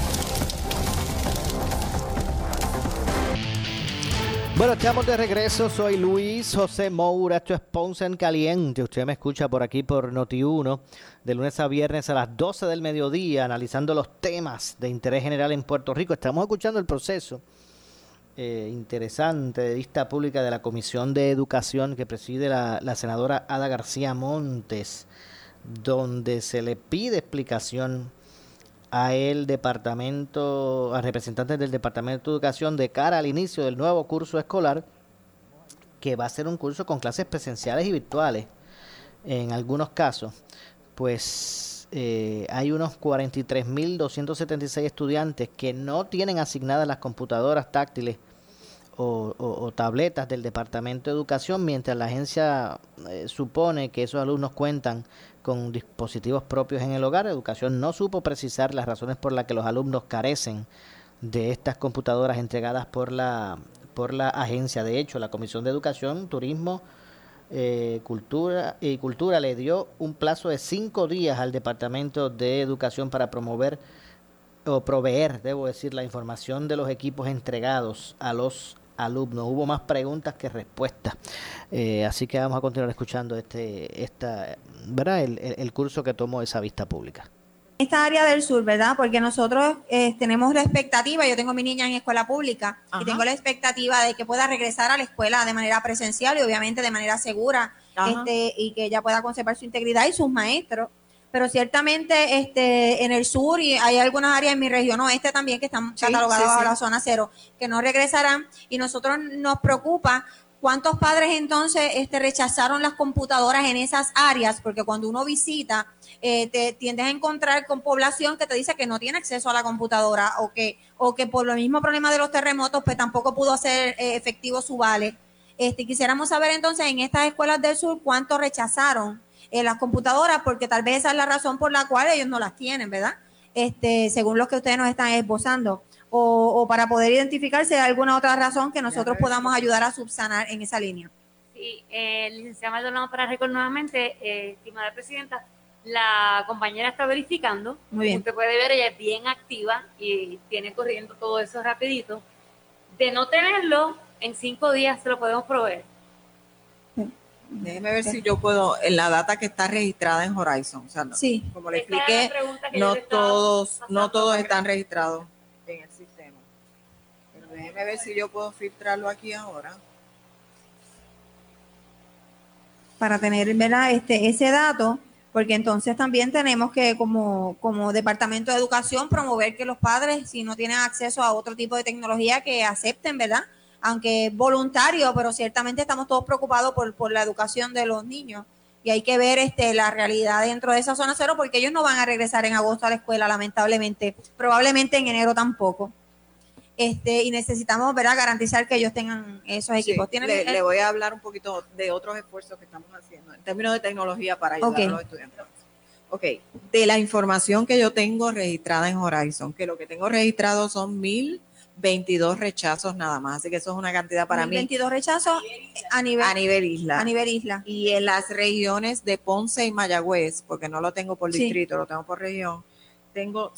Bueno, estamos de regreso. Soy Luis José Moura. Esto es Ponce en Caliente. Usted me escucha por aquí por Noti1 de lunes a viernes a las 12 del mediodía, analizando los temas de interés general en Puerto Rico. Estamos escuchando el proceso interesante de vista pública de la Comisión de Educación que preside la senadora Ada García Montes, donde se le pide explicación a representantes del Departamento de Educación de cara al inicio del nuevo curso escolar, que va a ser un curso con clases presenciales y virtuales. En algunos casos, pues hay unos 43.276 estudiantes que no tienen asignadas las computadoras táctiles o tabletas del Departamento de Educación, mientras la agencia supone que esos alumnos cuentan con dispositivos propios en el hogar. Educación no supo precisar las razones por las que los alumnos carecen de estas computadoras entregadas por la agencia. De hecho, la Comisión de Educación, Turismo, Cultura le dio un plazo de 5 días al Departamento de Educación para proveer, la información de los equipos entregados a los alumnos. Hubo más preguntas que respuestas. Así que vamos a continuar escuchando el curso que tomó esa vista pública. Esta área del sur, ¿verdad? Porque nosotros tenemos la expectativa, yo tengo a mi niña en escuela pública, y tengo la expectativa de que pueda regresar a la escuela de manera presencial y obviamente de manera segura, y que ella pueda conservar su integridad y sus maestros. Pero ciertamente en el sur, y hay algunas áreas en mi región oeste también que están catalogadas bajo la zona cero, que no regresarán, y nosotros nos preocupa ¿cuántos padres entonces rechazaron las computadoras en esas áreas? Porque cuando uno visita, te tiendes a encontrar con población que te dice que no tiene acceso a la computadora o que por lo mismo problema de los terremotos, pues tampoco pudo hacer efectivo su vale. Quisiéramos saber entonces en estas escuelas del sur cuántos rechazaron las computadoras, porque tal vez esa es la razón por la cual ellos no las tienen, ¿verdad? Según lo que ustedes nos están esbozando. O para poder identificar si hay alguna otra razón que nosotros podamos ayudar a subsanar en esa línea. Sí, licenciada Maldonado para récord nuevamente, estimada presidenta, la compañera está verificando. Muy bien. Usted puede ver, ella es bien activa y tiene corriendo todo eso rapidito. De no tenerlo, en 5 días se lo podemos proveer. Déjeme ver si yo puedo, en la data que está registrada en Horizon. O sea, no, sí. Como le expliqué, no todos están registrados en el sistema. Pero déjeme ver si yo puedo filtrarlo aquí ahora. Para tener, ¿verdad? Ese dato, porque entonces también tenemos que como Departamento de Educación promover que los padres, si no tienen acceso a otro tipo de tecnología, que acepten, ¿verdad? Aunque es voluntario, pero ciertamente estamos todos preocupados por la educación de los niños y hay que ver la realidad dentro de esa zona cero, porque ellos no van a regresar en agosto a la escuela, lamentablemente, probablemente en enero tampoco. Y necesitamos, ¿verdad?, garantizar que ellos tengan esos equipos. Sí, le voy a hablar un poquito de otros esfuerzos que estamos haciendo en términos de tecnología para ayudar a los estudiantes. Ok, de la información que yo tengo registrada en Horizon, que lo que tengo registrado son 1,022 rechazos nada más, así que eso es una cantidad para mí. 1,022 rechazos a nivel isla. A nivel isla. Y en las regiones de Ponce y Mayagüez, porque no lo tengo por distrito, lo tengo por región, tengo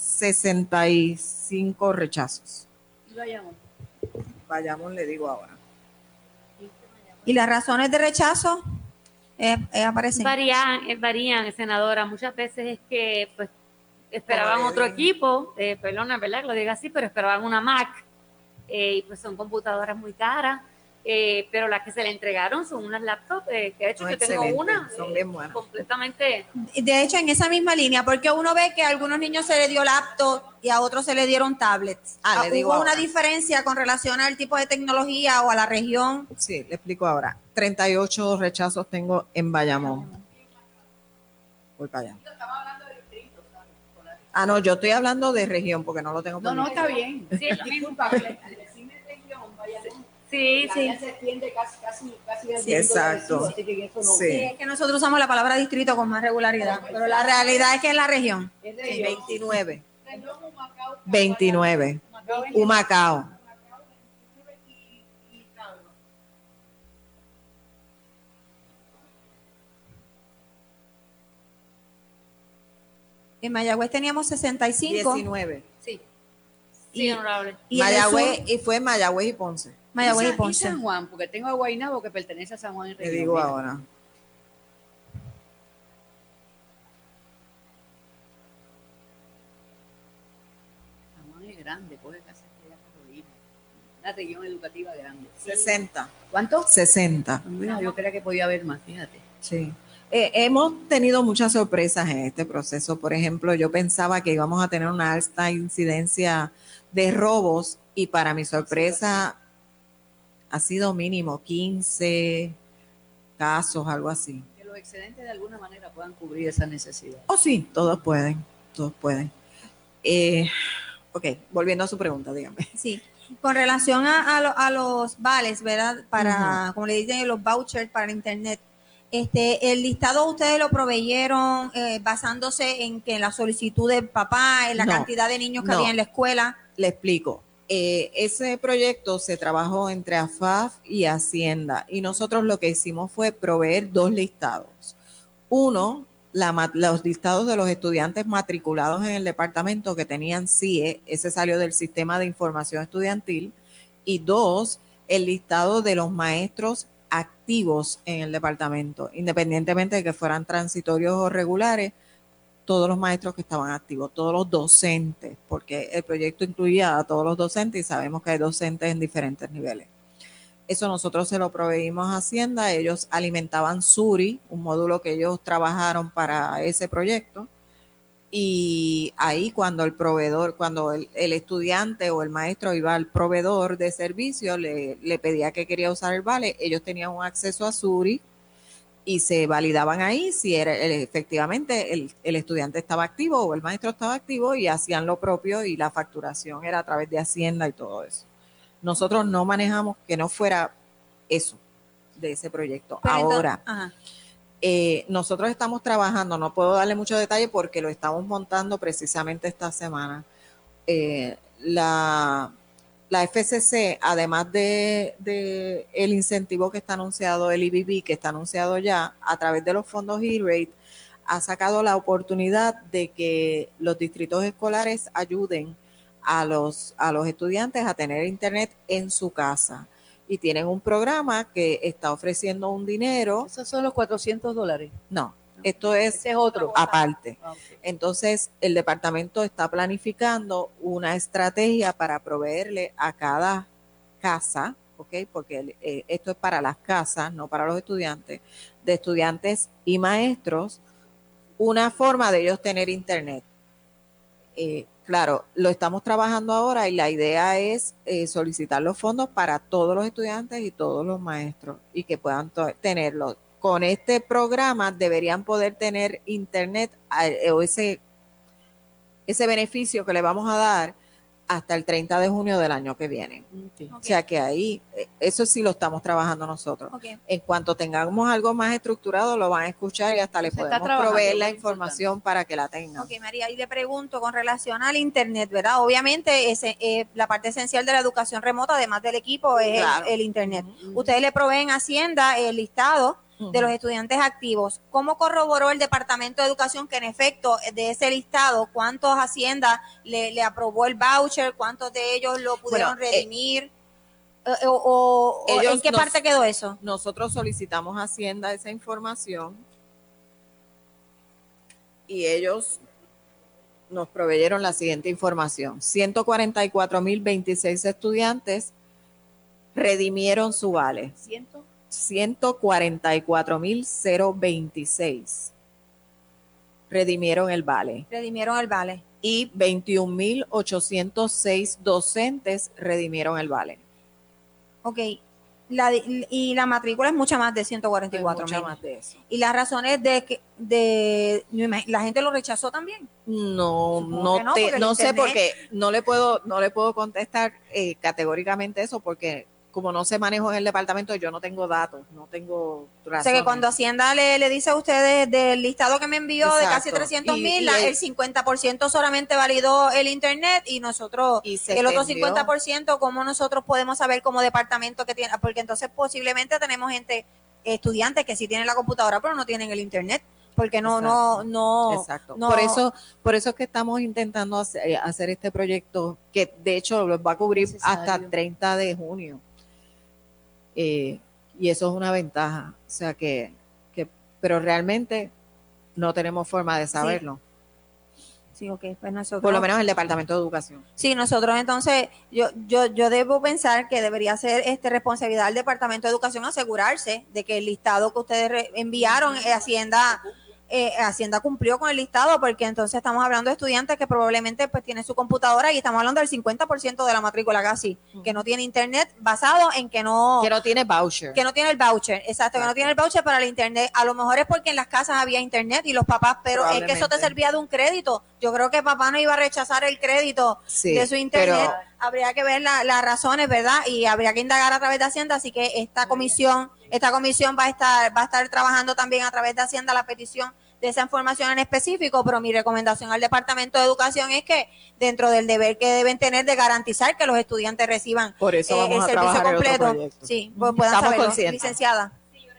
65 rechazos. Vayamos, le digo ahora. ¿Y las razones de rechazo aparecen? Varían, senadora. Muchas veces es que pues esperaban otro equipo, perdona, ¿verdad? Que lo diga así, pero esperaban una Mac. Y pues son computadoras muy caras. Pero las que se le entregaron son unas laptops, que de hecho yo tengo una, son bien buenas. Completamente. De hecho, en esa misma línea, porque uno ve que a algunos niños se les dio laptop y a otros se les dieron tablets. ¿Hubo una diferencia con relación al tipo de tecnología o a la región? Sí, le explico ahora. 38 rechazos tengo en Bayamón. Voy para allá. No, yo estoy hablando de región porque no lo tengo por No, está bien. Sí, es lo mismo. Sí. Se extiende casi sí, exacto. Así que eso no. Sí. Es que nosotros usamos la palabra distrito con más regularidad, pero la realidad es que es la región. Sí, 29. 29. Humacao. En Mayagüez teníamos 65. 19. Sí, honorable. Mayagüez, y fue Mayagüez y Ponce. Mayagüez y Ponce. San Juan, porque tengo a Guaynabo que pertenece a San Juan y región. Le digo ahora. San Juan es grande, coge casi una región educativa grande. 60. ¿Cuánto? 60. Mira, yo creía que podía haber más, fíjate. Sí. Hemos tenido muchas sorpresas en este proceso. Por ejemplo, yo pensaba que íbamos a tener una alta incidencia de robos y para mi sorpresa ha sido mínimo 15 casos, algo así. Que los excedentes de alguna manera puedan cubrir esa necesidad. Oh, sí, todos pueden. Ok, volviendo a su pregunta, dígame. Sí, con relación a los vales, ¿verdad? Para, como le dicen, los vouchers para internet. El listado ustedes lo proveyeron basándose en que la solicitud del papá, en la cantidad de niños que había en la escuela. Le explico. Ese proyecto se trabajó entre AFAF y Hacienda y nosotros lo que hicimos fue proveer 2 listados. Uno, los listados de los estudiantes matriculados en el departamento que tenían CIE, ese salió del Sistema de Información Estudiantil, y 2, el listado de los maestros activos en el departamento, independientemente de que fueran transitorios o regulares, todos los maestros que estaban activos, todos los docentes, porque el proyecto incluía a todos los docentes y sabemos que hay docentes en diferentes niveles. Eso nosotros se lo proveímos a Hacienda, ellos alimentaban Suri, un módulo que ellos trabajaron para ese proyecto, Y ahí cuando el proveedor, cuando el estudiante o el maestro iba al proveedor de servicio, le pedía que quería usar el vale, ellos tenían un acceso a Suri y se validaban ahí si era efectivamente el estudiante estaba activo o el maestro estaba activo y hacían lo propio y la facturación era a través de Hacienda y todo eso. Nosotros no manejamos que no fuera eso de ese proyecto. Pero ahora, entonces, nosotros estamos trabajando, no puedo darle mucho detalle porque lo estamos montando precisamente esta semana. La FCC, además de el incentivo que está anunciado, el IBB que está anunciado ya, a través de los fondos E-Rate, ha sacado la oportunidad de que los distritos escolares ayuden a los estudiantes a tener internet en su casa. Y tienen un programa que está ofreciendo un dinero. ¿Esos son los $400? No, esto es otro aparte. Entonces, el departamento está planificando una estrategia para proveerle a cada casa, ¿ok? Porque esto es para las casas, no para los estudiantes, de estudiantes y maestros, una forma de ellos tener internet. Claro, lo estamos trabajando ahora y la idea es solicitar los fondos para todos los estudiantes y todos los maestros y que puedan tenerlo. Con este programa deberían poder tener internet o ese beneficio que le vamos a dar hasta el 30 de junio del año que viene. Okay. O sea que ahí, eso sí lo estamos trabajando nosotros. Okay. En cuanto tengamos algo más estructurado, lo van a escuchar y hasta le podemos proveer la información para que la tengan. Ok, María, y le pregunto con relación al internet, ¿verdad? Obviamente la parte esencial de la educación remota, además del equipo, es el internet. Ustedes le proveen a Hacienda el listado de los estudiantes activos. ¿Cómo corroboró el Departamento de Educación que en efecto de ese listado, cuántos Hacienda le aprobó el voucher, cuántos de ellos lo pudieron redimir? ¿En qué parte quedó eso? Nosotros solicitamos a Hacienda esa información y ellos nos proveyeron la siguiente información. 144.026 estudiantes redimieron su vale. 144.026 redimieron el vale. Y 21.806 docentes redimieron el vale. Ok. Y la matrícula es mucha más de 144.000. Mucha más de eso. ¿Y las razones la gente lo rechazó también? No sé porque no le puedo contestar categóricamente eso porque como no se manejó en el departamento, yo no tengo datos, no tengo razones. O sea que cuando Hacienda le dice a ustedes del listado que me envió de casi 300,000, el 50% solamente validó el internet y nosotros, el otro 50%, ¿cómo nosotros podemos saber como departamento que tiene? Porque entonces posiblemente tenemos estudiantes que sí tienen la computadora pero no tienen el internet. Porque no. Por eso es que estamos intentando hacer este proyecto que de hecho los va a cubrir hasta el 30 de junio. Y eso es una ventaja. O sea pero realmente no tenemos forma de saberlo. Sí, ok, pues nosotros. Por lo menos el Departamento de Educación. Sí, nosotros entonces, yo debo pensar que debería ser responsabilidad del Departamento de Educación asegurarse de que el listado que ustedes enviaron, Hacienda cumplió con el listado, porque entonces estamos hablando de estudiantes que probablemente pues tienen su computadora y estamos hablando del 50% de la matrícula casi, que no tiene internet basado en que no tiene voucher. Que no tiene el voucher, exacto, que no tiene el voucher para el internet. A lo mejor es porque en las casas había internet y los papás, pero es que eso te servía de un crédito. Yo creo que papá no iba a rechazar el crédito de su internet. Habría que ver las razones, ¿verdad? Y habría que indagar a través de Hacienda, así que esta comisión va a estar trabajando también a través de Hacienda la petición de esa información en específico, pero mi recomendación al Departamento de Educación es que dentro del deber que deben tener de garantizar que los estudiantes reciban por eso vamos el servicio completo, sí, pues puedan saberlo, licenciada.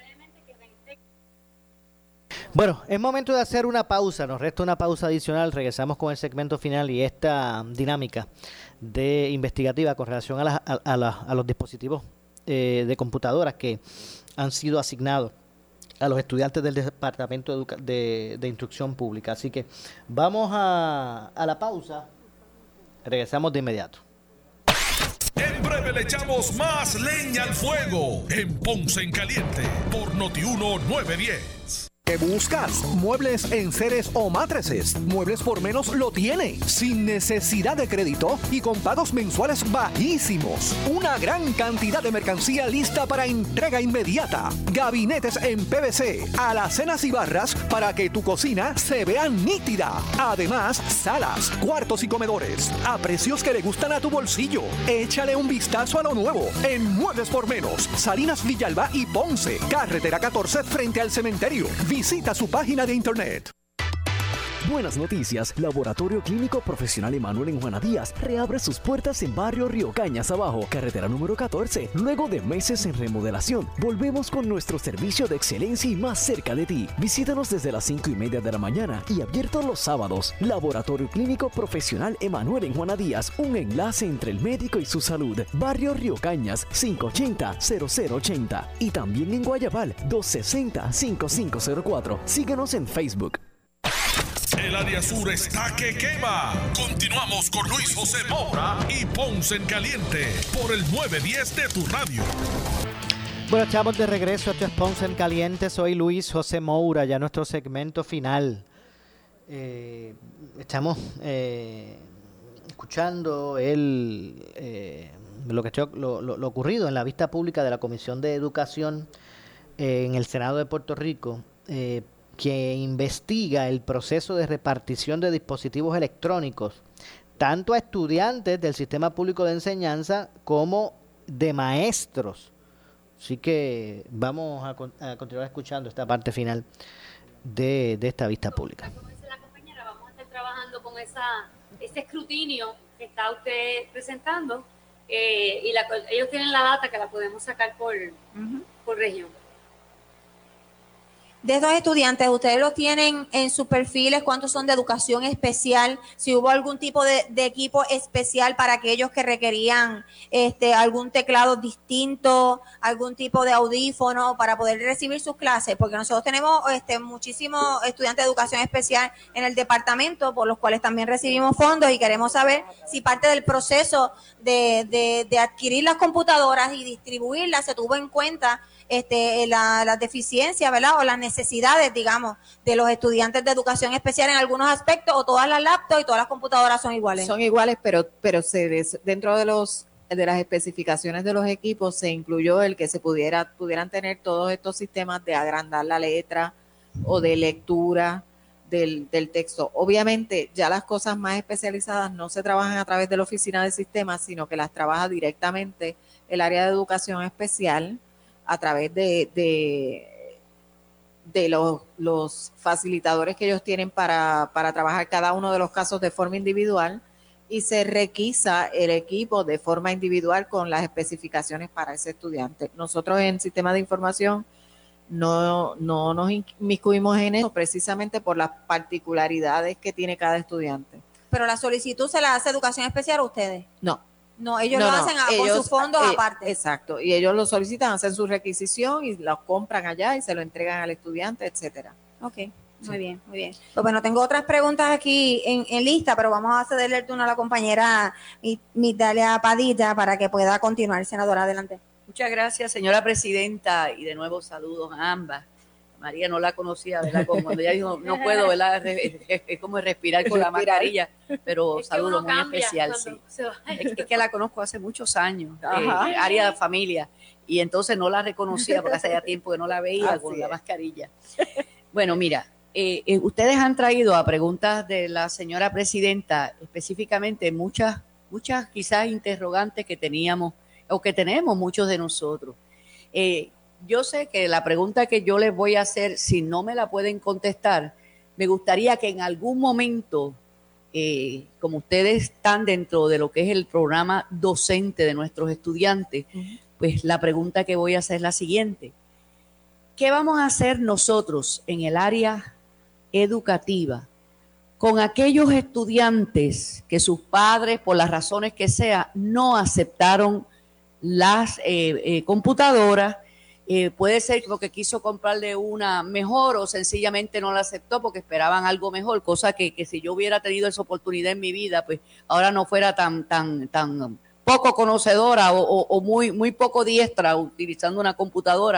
Bueno, es momento de hacer una pausa, nos resta una pausa adicional, regresamos con el segmento final y esta dinámica de investigativa con relación a los dispositivos de computadoras que han sido asignados a los estudiantes del Departamento de Instrucción Pública. Así que vamos a la pausa, regresamos de inmediato. En breve le echamos más leña al fuego en Ponce en Caliente por Noti 1 910. ¿Qué buscas? ¿Muebles en seres o matrices? Muebles por Menos lo tiene, sin necesidad de crédito y con pagos mensuales bajísimos. Una gran cantidad de mercancía lista para entrega inmediata. Gabinetes en PVC, alacenas y barras para que tu cocina se vea nítida. Además, salas, cuartos y comedores a precios que le gustan a tu bolsillo. Échale un vistazo a lo nuevo en Muebles por Menos, Salinas, Villalba y Ponce, carretera 14 frente al cementerio. Visita su página de internet. Buenas noticias, Laboratorio Clínico Profesional Emanuel en Juana Díaz reabre sus puertas en barrio Río Cañas Abajo, carretera número 14. Luego de meses en remodelación, volvemos con nuestro servicio de excelencia y más cerca de ti. Visítanos desde las 5:30 de la mañana y abierto los sábados. Laboratorio Clínico Profesional Emanuel en Juana Díaz, un enlace entre el médico y su salud. Barrio Río Cañas, 580-0080. Y también en Guayabal, 260-5504. Síguenos en Facebook. El área sur está que quema. Continuamos con Luis José Moura y Ponce en Caliente por el 910 de tu radio. Bueno, estamos de regreso. Esto es Ponce en Caliente. Soy Luis José Moura, ya nuestro segmento final. Estamos escuchando lo ocurrido en la vista pública de la Comisión de Educación en el Senado de Puerto Rico, que investiga el proceso de repartición de dispositivos electrónicos, tanto a estudiantes del sistema público de enseñanza como de maestros. Así que vamos a continuar escuchando esta parte final de esta vista pública. Como dice la compañera, vamos a estar trabajando con ese escrutinio que está usted presentando, y ellos tienen la data que la podemos sacar por región. De estos estudiantes, ¿ustedes los tienen en sus perfiles? ¿Cuántos son de educación especial? Si hubo algún tipo de equipo especial para aquellos que requerían algún teclado distinto, algún tipo de audífono para poder recibir sus clases, porque nosotros tenemos muchísimos estudiantes de educación especial en el departamento, por los cuales también recibimos fondos, y queremos saber si parte del proceso de adquirir las computadoras y distribuirlas se tuvo en cuenta las deficiencias, ¿verdad? O las necesidades, digamos, de los estudiantes de educación especial en algunos aspectos, o todas las laptops y todas las computadoras son iguales. Son iguales, pero dentro de las especificaciones de los equipos se incluyó el que pudieran tener todos estos sistemas de agrandar la letra o de lectura del texto. Obviamente, ya las cosas más especializadas no se trabajan a través de la oficina de sistemas, sino que las trabaja directamente el área de educación especial a través de los facilitadores que ellos tienen para trabajar cada uno de los casos de forma individual, y se requisa el equipo de forma individual con las especificaciones para ese estudiante. Nosotros en Sistema de Información no nos inmiscuimos en eso, precisamente por las particularidades que tiene cada estudiante. ¿Pero la solicitud se la hace Educación Especial a ustedes? No, ellos lo hacen con sus fondos aparte. Exacto, y ellos lo solicitan, hacen su requisición y los compran allá y se lo entregan al estudiante, etcétera. Ok, muy bien, muy bien. Pues bueno, tengo otras preguntas aquí en lista, pero vamos a cederle el turno a la compañera Migdalia Padilla para que pueda continuar. Senadora, adelante. Muchas gracias, señora presidenta, y de nuevo saludos a ambas. María no la conocía, ¿verdad? Como cuando ella dijo, no puedo, ¿verdad? Es como respirar con la mascarilla, pero saludo muy especial, sí. Es que la conozco hace muchos años, área de familia, y entonces no la reconocía porque hace ya tiempo que no la veía con la mascarilla. Bueno, mira, ustedes han traído a preguntas de la señora presidenta específicamente muchas quizás interrogantes que teníamos o que tenemos muchos de nosotros. Yo sé que la pregunta que yo les voy a hacer, si no me la pueden contestar, me gustaría que en algún momento, como ustedes están dentro de lo que es el programa docente de nuestros estudiantes, pues la pregunta que voy a hacer es la siguiente. ¿Qué vamos a hacer nosotros en el área educativa con aquellos estudiantes que sus padres, por las razones que sea, no aceptaron las computadoras? Puede ser porque quiso comprarle una mejor o sencillamente no la aceptó porque esperaban algo mejor, cosa que si yo hubiera tenido esa oportunidad en mi vida, pues ahora no fuera tan poco conocedora o muy poco diestra utilizando una computadora,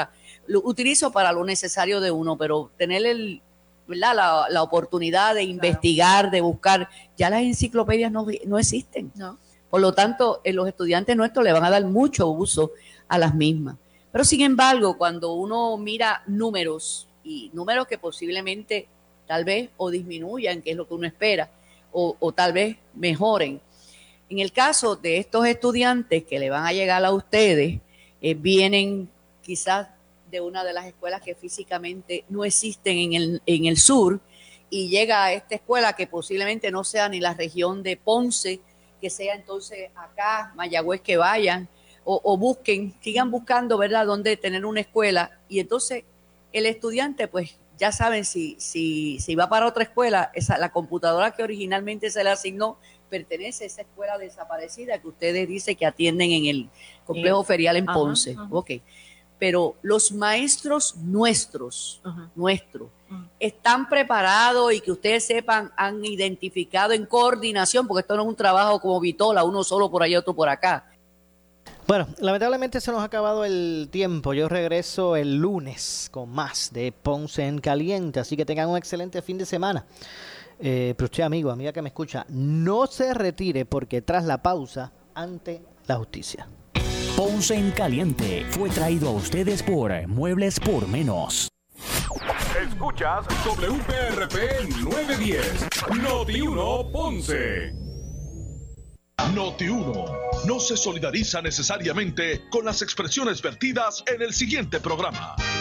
lo utilizo para lo necesario de uno, pero tener ¿verdad? La oportunidad de investigar, de buscar, ya las enciclopedias no existen. No. Por lo tanto, los estudiantes nuestros le van a dar mucho uso a las mismas. Pero sin embargo, cuando uno mira números, y números que posiblemente tal vez o disminuyan, que es lo que uno espera, o tal vez mejoren. En el caso de estos estudiantes que le van a llegar a ustedes, vienen quizás de una de las escuelas que físicamente no existen en el sur, y llega a esta escuela que posiblemente no sea ni la región de Ponce, que sea entonces acá, Mayagüez, que vayan, o sigan buscando, ¿verdad?, dónde tener una escuela, y entonces el estudiante, pues, ya saben, si va para otra escuela, la computadora que originalmente se le asignó pertenece a esa escuela desaparecida que ustedes dicen que atienden en el complejo ferial en Ponce. Okay. Pero los maestros nuestros, están preparados y que ustedes sepan, han identificado en coordinación, porque esto no es un trabajo como Vitola, uno solo por allá, otro por acá. Bueno, lamentablemente se nos ha acabado el tiempo. Yo regreso el lunes con más de Ponce en Caliente, así que tengan un excelente fin de semana. Pero usted, amigo, amiga que me escucha, no se retire, porque tras la pausa, ante la justicia. Ponce en Caliente fue traído a ustedes por Muebles por Menos. Escuchas WPRP 910, Noti1 Ponce. Noti1 no se solidariza necesariamente con las expresiones vertidas en el siguiente programa.